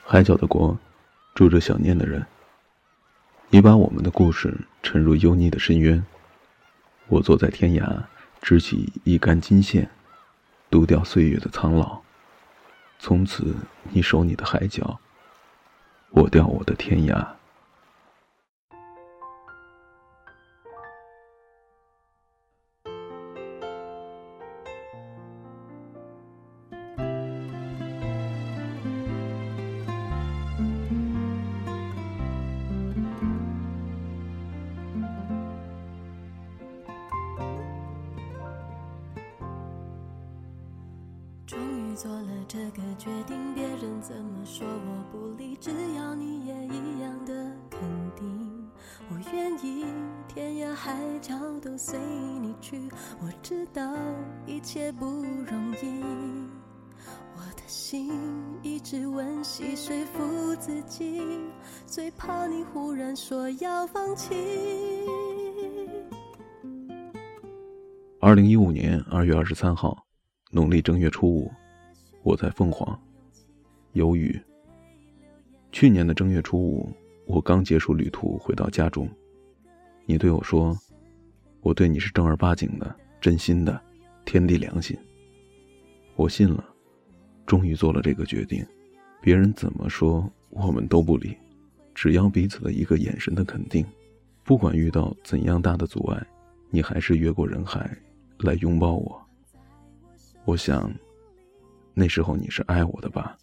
海角的国，住着想念的人。你把我们的故事沉入幽腻的深渊，我坐在天涯，支起一杆金线，渡掉岁月的苍老。从此你守你的海角，我钓我的天涯。 终于做了这个决定，别人怎么说我不理，只要你也一样的肯定，我愿意天涯海角都随你去。我知道一切不容易，我的心一直温习说服自己，最怕你忽然说要放弃。 2015年2月23号农历正月初5，我在凤凰。有雨。去年的正月初5，我刚结束旅途回到家中，你对我说，我对你是正儿八经的，真心的，天地良心。我信了，终于做了这个决定，别人怎么说我们都不理，只要彼此的一个眼神的肯定。不管遇到怎样大的阻碍，你还是越过人海来拥抱我。我想那时候你是爱我的吧。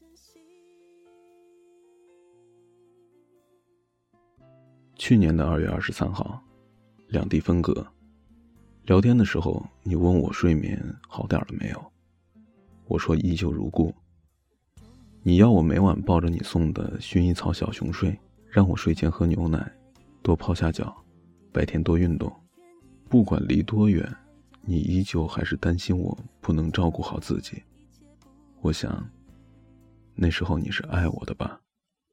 去年的2月23号，两地分隔。聊天的时候，你问我睡眠好点了没有，我说依旧如故。你要我每晚抱着你送的薰衣草小熊睡，让我睡前喝牛奶，多泡下脚，白天多运动。不管离多远，你依旧还是担心我不能照顾好自己。我想那时候你是爱我的吧。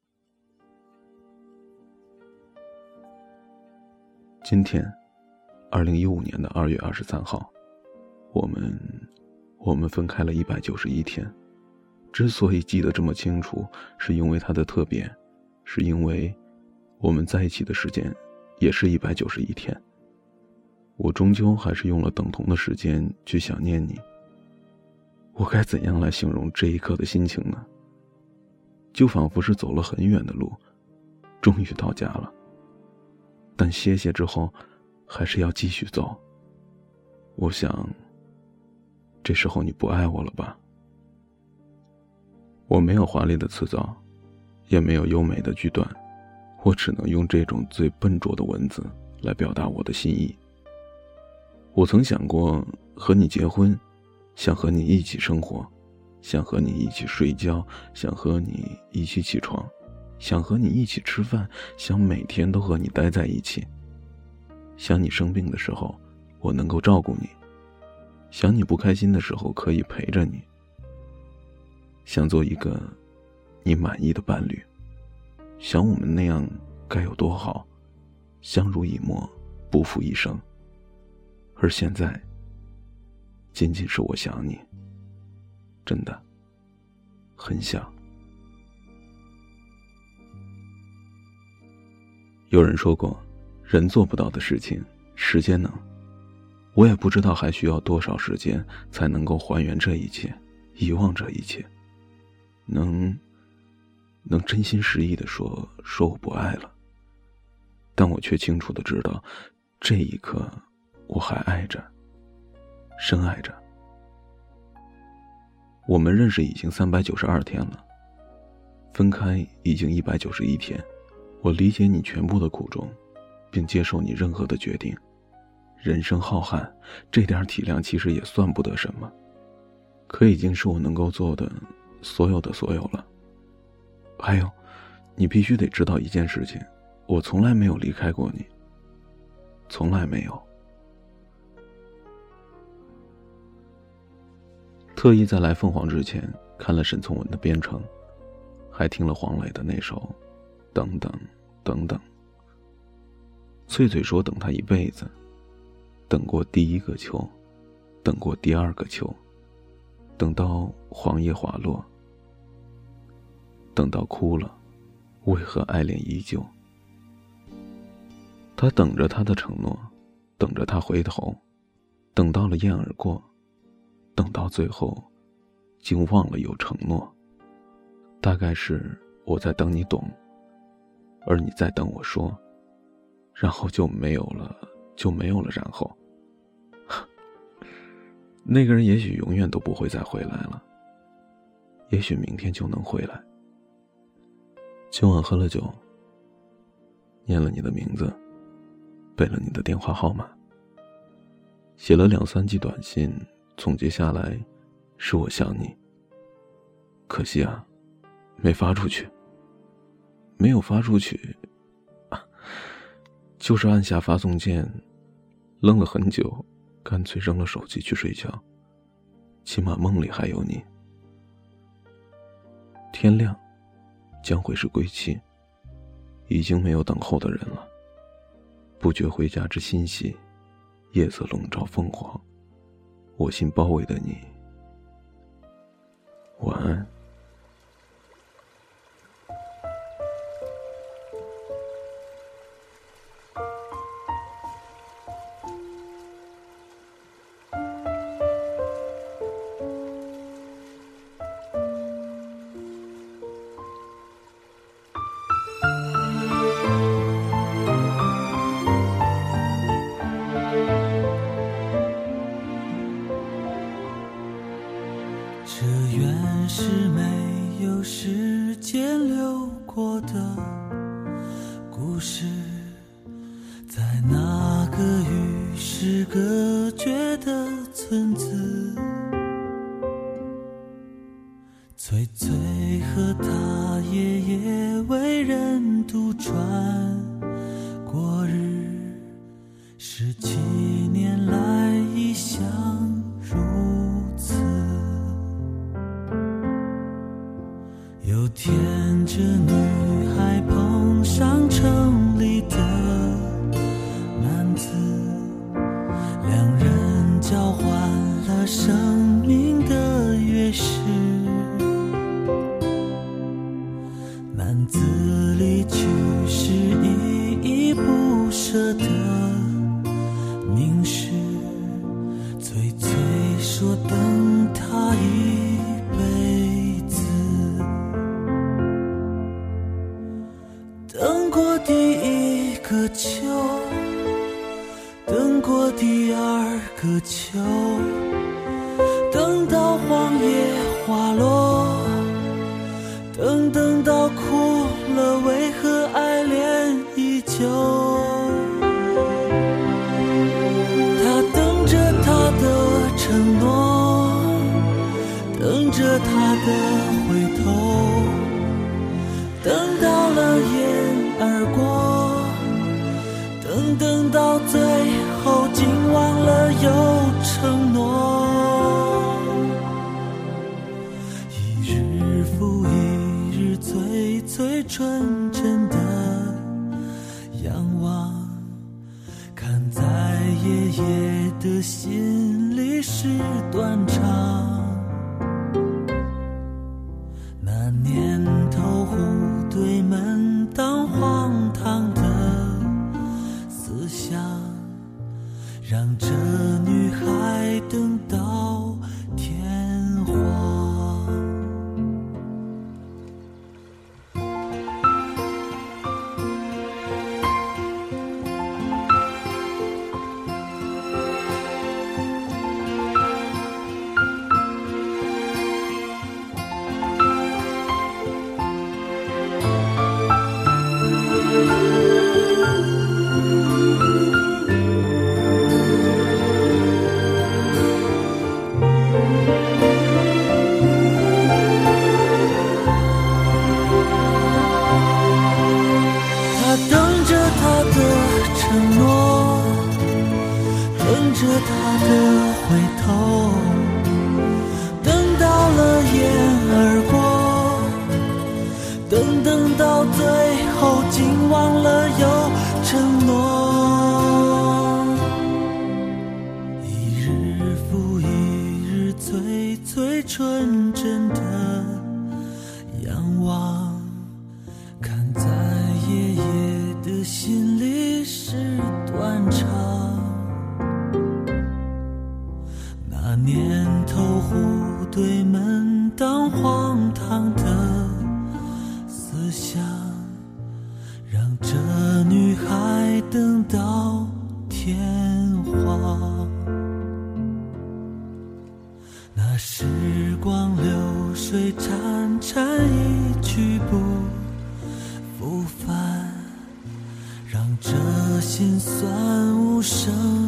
今天2015年的2月23号，我们分开了191天。之所以记得这么清楚，是因为它的特别，是因为我们在一起的时间也是191天。我终究还是用了等同的时间去想念你。我该怎样来形容这一刻的心情呢？就仿佛是走了很远的路，终于到家了，但歇歇之后还是要继续走。我想这时候你不爱我了吧。我没有华丽的辞藻，也没有优美的句段，我只能用这种最笨拙的文字来表达我的心意。我曾想过和你结婚，想和你一起生活，想和你一起睡觉，想和你一起起床，想和你一起吃饭，想每天都和你待在一起。想你生病的时候我能够照顾你，想你不开心的时候可以陪着你，想做一个你满意的伴侣，想我们那样该有多好，相濡以沫，不负一生。而现在仅仅是我想你，真的很想。有人说过，人做不到的事情时间能。我也不知道还需要多少时间才能够还原这一切，遗忘这一切，能真心实意地说我不爱了。但我却清楚地知道，这一刻我还爱着，深爱着。我们认识已经392天了，分开已经191天。我理解你全部的苦衷，并接受你任何的决定。人生浩瀚，这点体谅其实也算不得什么，可已经是我能够做的所有了。还有，你必须得知道一件事情，我从来没有离开过你，从来没有。特意在来凤凰之前看了沈从文的《边城》，还听了黄磊的那首等等等等。翠翠说等他一辈子，等过第一个秋，等过第二个秋，等到黄叶滑落。 等到哭了，为何爱恋依旧？他等着他的承诺，等着他回头，等到了雁而过，等到最后竟忘了有承诺。大概是我在等你懂，而你在等我说，然后就没有了然后。那个人也许永远都不会再回来了，也许明天就能回来。今晚喝了酒，念了你的名字，背了你的电话号码，写了2-3句短信，总结下来是我想你。可惜啊，没发出去。没有发出去就是按下发送键，愣了很久，干脆扔了手机去睡觉，起码梦里还有你。天亮将会是归期，已经没有等候的人了。不觉回家之欣喜，夜色笼罩凤凰，我心包围的你，晚安。 这原是没有时间流过的故事，在那个与世隔绝的村子，翠翠和她爷爷为人独传过日，17年来一向如此。有天这女孩碰上城里的男子，两人交换了生命的钥匙。男子离去时依依不舍地凝视，翠翠说等他一辈子。等过第一个秋，等过第二个秋，等到黄叶花落，等到哭了，为何爱恋依旧？他等着他的承诺，等着他的回头，等到了雁而过，等到最后竟忘了有承诺。一日复一日，最最纯真的仰望，看在爷爷的心里是断肠。那年头户对门当荒唐的思想，让这女孩等到天荒。 人当荒唐的思想，让这女孩等到天荒。那时光流水潺潺，一去不复返，让这心酸无声